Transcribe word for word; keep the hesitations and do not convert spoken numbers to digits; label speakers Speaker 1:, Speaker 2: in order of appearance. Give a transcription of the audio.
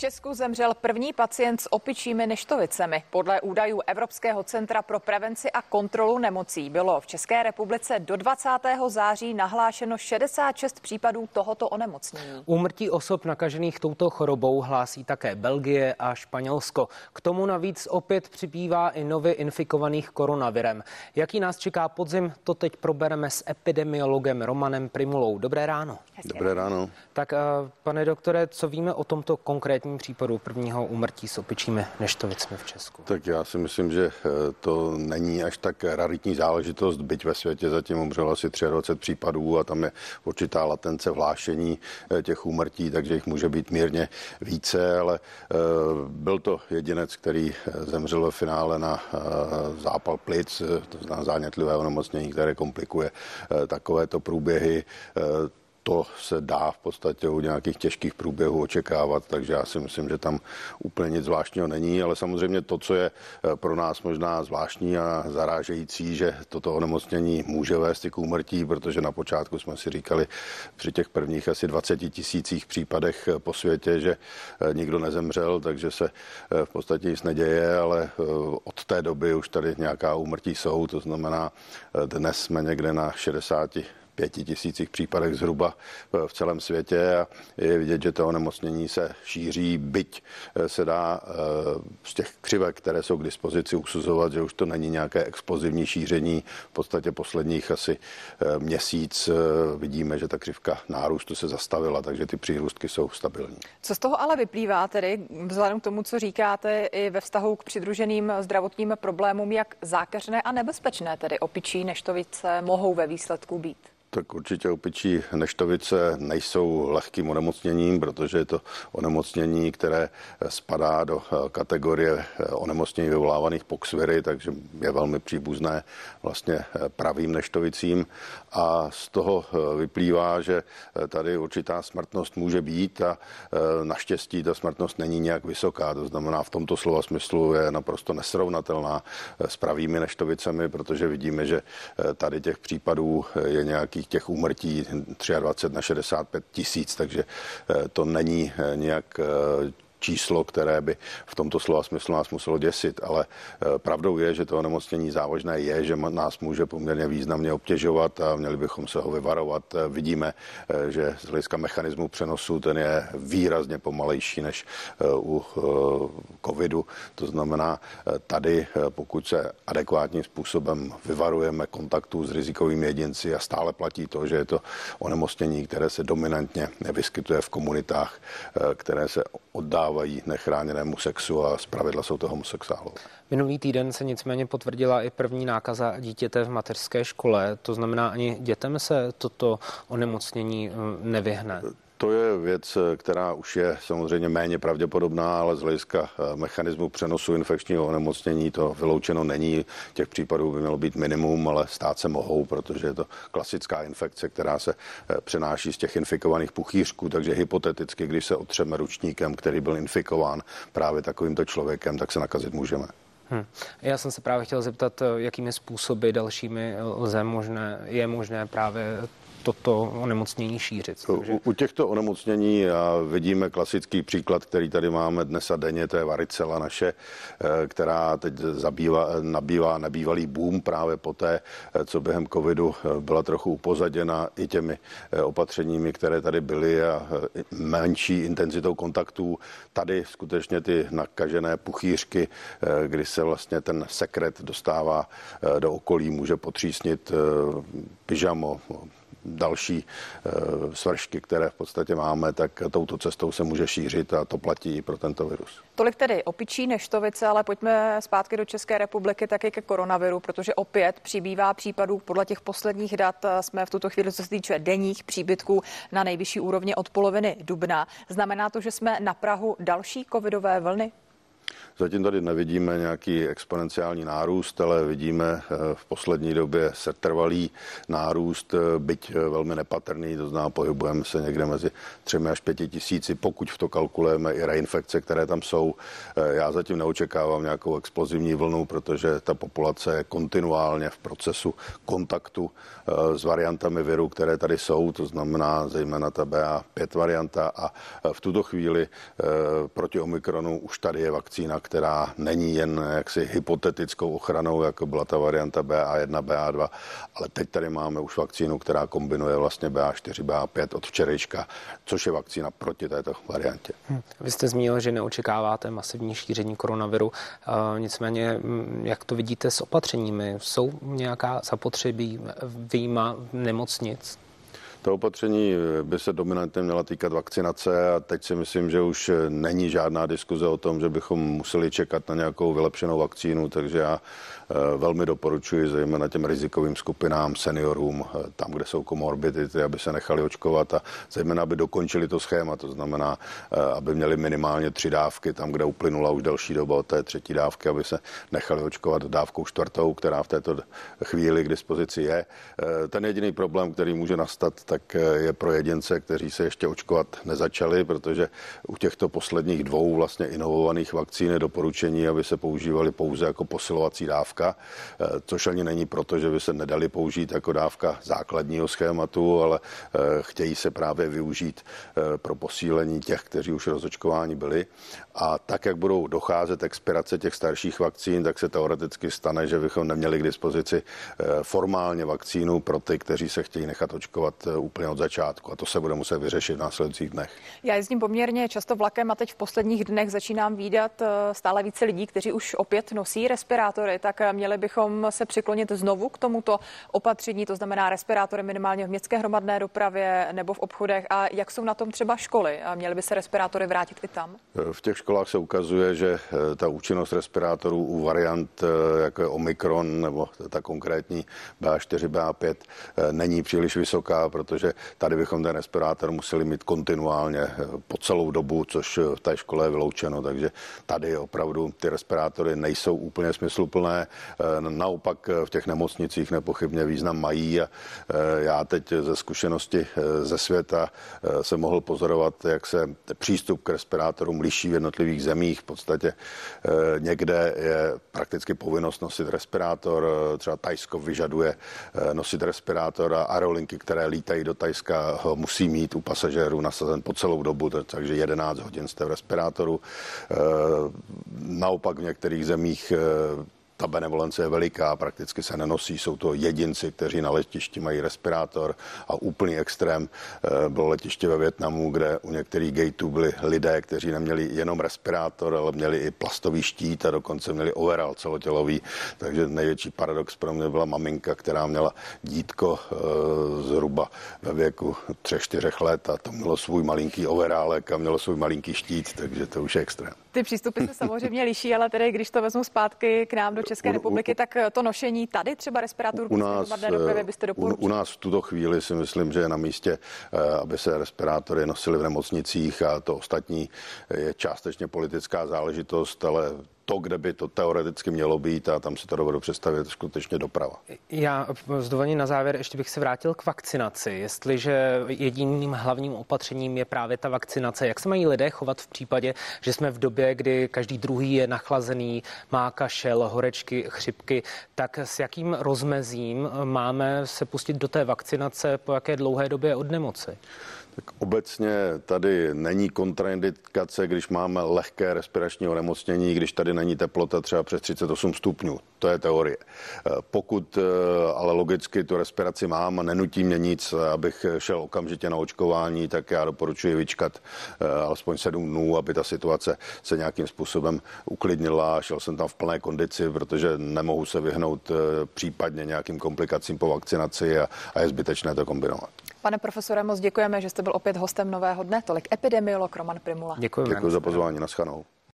Speaker 1: Česku zemřel první pacient s opičími neštovicemi. Podle údajů Evropského centra pro prevenci a kontrolu nemocí bylo v České republice do dvacátého září nahlášeno šedesát šest případů tohoto onemocnění.
Speaker 2: Úmrtí osob nakažených touto chorobou hlásí také Belgie a Španělsko. K tomu navíc opět přibývá i nově infikovaných koronavirem. Jaký nás čeká podzim, to teď probereme s epidemiologem Romanem Primulou. Dobré ráno.
Speaker 3: Dobré ráno.
Speaker 2: Tak, pane doktore, co víme o tomto konkrétním případu prvního úmrtí s opičími neštovicemi v Česku?
Speaker 3: Tak já si myslím, že to není až tak raritní záležitost, byť ve světě zatím umřelo asi dvacet tři případů a tam je určitá latence vhlášení těch úmrtí, takže jich může být mírně více, ale byl to jedinec, který zemřel ve finále na zápal plic, to znamená zánětlivé onemocnění, které komplikuje takovéto průběhy. To se dá v podstatě u nějakých těžkých průběhů očekávat, takže já si myslím, že tam úplně nic zvláštního není, ale samozřejmě to, co je pro nás možná zvláštní a zarážející, že toto onemocnění může vést i k úmrtí, protože na počátku jsme si říkali při těch prvních asi dvaceti tisících případech po světě, že nikdo nezemřel, takže se v podstatě nic neděje, ale od té doby už tady nějaká úmrtí jsou, to znamená dnes jsme někde na šedesáti pěti tisících případech zhruba v celém světě a je vidět, že to onemocnění se šíří, byť se dá z těch křivek, které jsou k dispozici, usuzovat, že už to není nějaké explozivní šíření. V podstatě posledních asi měsíc vidíme, že ta křivka nárůstu se zastavila, takže ty přírůstky jsou stabilní.
Speaker 1: Co z toho ale vyplývá tedy, vzhledem k tomu, co říkáte, i ve vztahu k přidruženým zdravotním problémům, jak zákeřné a nebezpečné tedy opičí neštovice mohou ve výsledku být?
Speaker 3: Tak určitě opičí neštovice nejsou lehkým onemocněním, protože je to onemocnění, které spadá do kategorie onemocnění vyvolávaných poxviry, takže je velmi příbuzné vlastně pravým neštovicím a z toho vyplývá, že tady určitá smrtnost může být a naštěstí ta smrtnost není nějak vysoká, to znamená v tomto slova smyslu je naprosto nesrovnatelná s pravými neštovicemi, protože vidíme, že tady těch případů je nějaký těch úmrtí dvacet tři na šedesát pět tisíc, takže to není nějak číslo, které by v tomto slova smyslu nás muselo děsit, ale pravdou je, že to onemocnění závažné je, že nás může poměrně významně obtěžovat a měli bychom se ho vyvarovat. Vidíme, že z hlediska mechanismu přenosu ten je výrazně pomalejší než u covidu. To znamená, tady, pokud se adekvátním způsobem vyvarujeme kontaktů s rizikovými jedinci a stále platí to, že je to onemocnění, které se dominantně nevyskytuje v komunitách, které se oddávají nechráněnému sexu a zpravidla jsou to homosexuálové.
Speaker 2: Minulý týden se nicméně potvrdila i první nákaza dítěte v mateřské škole. To znamená, ani dětem se toto onemocnění nevyhne.
Speaker 3: To je věc, která už je samozřejmě méně pravděpodobná, ale z hlediska mechanismu přenosu infekčního onemocnění to vyloučeno není. Těch případů by mělo být minimum, ale stát se mohou, protože je to klasická infekce, která se přenáší z těch infikovaných puchýřků, takže hypoteticky, když se otřeme ručníkem, který byl infikován právě takovýmto člověkem, tak se nakazit můžeme.
Speaker 2: Hmm. Já jsem se právě chtěl zeptat, jakými způsoby dalšími lze možné, je možné právě toto onemocnění šířit.
Speaker 3: Takže... U, u těchto onemocnění vidíme klasický příklad, který tady máme dnes a denně, to je varicela naše, která teď zabývá, nabývá nebývalý boom právě poté, co během covidu byla trochu upozaděna i těmi opatřeními, které tady byly a menší intenzitou kontaktů. Tady skutečně ty nakažené puchýřky, kdy se vlastně ten sekret dostává do okolí, může potřísnit pyžamo, další e, svršky, které v podstatě máme, tak touto cestou se může šířit a to platí i pro tento virus.
Speaker 1: Tolik tedy opičí neštovice, ale pojďme zpátky do České republiky taky ke koronaviru, protože opět přibývá případů. Podle těch posledních dat jsme v tuto chvíli, co se týče denních příbytků, na nejvyšší úrovni od poloviny dubna. Znamená to, že jsme na prahu další covidové vlny?
Speaker 3: Zatím tady nevidíme nějaký exponenciální nárůst, ale vidíme v poslední době setrvalý nárůst, byť velmi nepatrný, to znamená, pohybujeme se někde mezi třemi až pěti tisíci, pokud v to kalkulujeme i reinfekce, které tam jsou. Já zatím neočekávám nějakou explozivní vlnu, protože ta populace je kontinuálně v procesu kontaktu s variantami viru, které tady jsou, to znamená zejména ta B A pět varianta, a v tuto chvíli proti Omikronu už tady je vakcína, která není jen jaksi hypotetickou ochranou, jako byla ta varianta B A jedna, B A dva, ale teď tady máme už vakcínu, která kombinuje vlastně B A čtyři, B A pět od včerejška, což je vakcína proti této variantě.
Speaker 2: Hm. Vy jste zmínil, že neočekáváte masivní šíření koronaviru, e, nicméně jak to vidíte s opatřeními? Jsou nějaká zapotřebí vyjma nemocnic?
Speaker 3: To opatření by se dominantně měla týkat vakcinace a teď si myslím, že už není žádná diskuze o tom, že bychom museli čekat na nějakou vylepšenou vakcínu, takže já velmi doporučuji zejména těm rizikovým skupinám, seniorům, tam, kde jsou komorbidity, aby se nechali očkovat a zejména aby dokončili to schéma, to znamená, aby měli minimálně tři dávky, tam, kde uplynula už delší doba od té třetí dávky, aby se nechali očkovat dávkou čtvrtou, která v této chvíli k dispozici je. Ten jediný problém, který může nastat, tak je pro jedince, kteří se ještě očkovat nezačali, protože u těchto posledních dvou vlastně inovovaných vakcín je doporučení, aby se používaly pouze jako posilovací dávka, což ani není proto, že by se nedali použít jako dávka základního schématu, ale chtějí se právě využít pro posílení těch, kteří už rozočkováni byli. A tak, jak budou docházet expirace těch starších vakcín, tak se teoreticky stane, že bychom neměli k dispozici formálně vakcínu pro ty, kteří se chtějí nechat očkovat úplně od začátku a to se bude muset vyřešit v následujících dnech.
Speaker 1: Já jezdím poměrně často vlakem a teď v posledních dnech začínám vídat stále více lidí, kteří už opět nosí respirátory, tak měli bychom se přiklonit znovu k tomuto opatření, to znamená respirátory minimálně v městské hromadné dopravě nebo v obchodech, a jak jsou na tom třeba školy? A měly by se respirátory vrátit i tam?
Speaker 3: V těch školách se ukazuje, že ta účinnost respirátorů u variant jako je Omikron nebo ta konkrétní B A čtyři, B A pět není příliš vysoká, protože tady bychom ten respirátor museli mít kontinuálně po celou dobu, což v té škole je vyloučeno, takže tady opravdu ty respirátory nejsou úplně smysluplné. Naopak v těch nemocnicích nepochybně význam mají a já teď ze zkušenosti ze světa jsem mohl pozorovat, jak se přístup k respirátorům liší v jednotlivých zemích. V podstatě někde je prakticky povinnost nosit respirátor, třeba Thajsko vyžaduje nosit respirátor a aerolinky, které lítají do Thajska, ho musí mít u pasažérů nasazen po celou dobu, takže jedenáct hodin jste v respirátoru. Naopak v některých zemích ta benevolence je veliká, prakticky se nenosí, jsou to jedinci, kteří na letišti mají respirátor a úplný extrém bylo letiště ve Vietnamu, kde u některých gateů byli lidé, kteří neměli jenom respirátor, ale měli i plastový štít a dokonce měli overall celotělový, takže největší paradox pro mě byla maminka, která měla dítko zhruba ve věku třech, čtyřech let a to mělo svůj malinký overálek a mělo svůj malinký štít, takže to už je extrém.
Speaker 1: Ty přístupy se samozřejmě liší, ale tedy když to vezmu zpátky k nám do České republiky, tak to nošení tady třeba respirátorů
Speaker 3: u nás,
Speaker 1: dopravy byste doporučili?
Speaker 3: U, u nás v tuto chvíli si myslím, že je na místě, aby se respirátory nosily v nemocnicích a to ostatní je částečně politická záležitost, ale to, kde by to teoreticky mělo být a tam si to dovedu představit, skutečně doprava.
Speaker 2: Já s dovolením na závěr ještě bych se vrátil k vakcinaci. Jestliže jediným hlavním opatřením je právě ta vakcinace, jak se mají lidé chovat v případě, že jsme v době, kdy každý druhý je nachlazený, má kašel, horečky, chřipky, tak s jakým rozmezím máme se pustit do té vakcinace, po jaké dlouhé době od nemoci?
Speaker 3: Tak obecně tady není kontraindikace, když máme lehké respirační onemocnění, když tady není teplota třeba přes třicet osm stupňů. To je teorie. Pokud ale logicky tu respiraci mám a nenutí mě nic, abych šel okamžitě na očkování, tak já doporučuji vyčkat alespoň sedm dnů, aby ta situace se nějakým způsobem uklidnila. Šel jsem tam v plné kondici, protože nemohu se vyhnout případně nějakým komplikacím po vakcinaci a, a je zbytečné to kombinovat.
Speaker 1: Pane profesore, moc děkujeme, že jste byl opět hostem Nového dne. Tolik epidemiolog Roman Prymula.
Speaker 2: Děkuji.
Speaker 3: Děkuji za pozvání, naschledanou.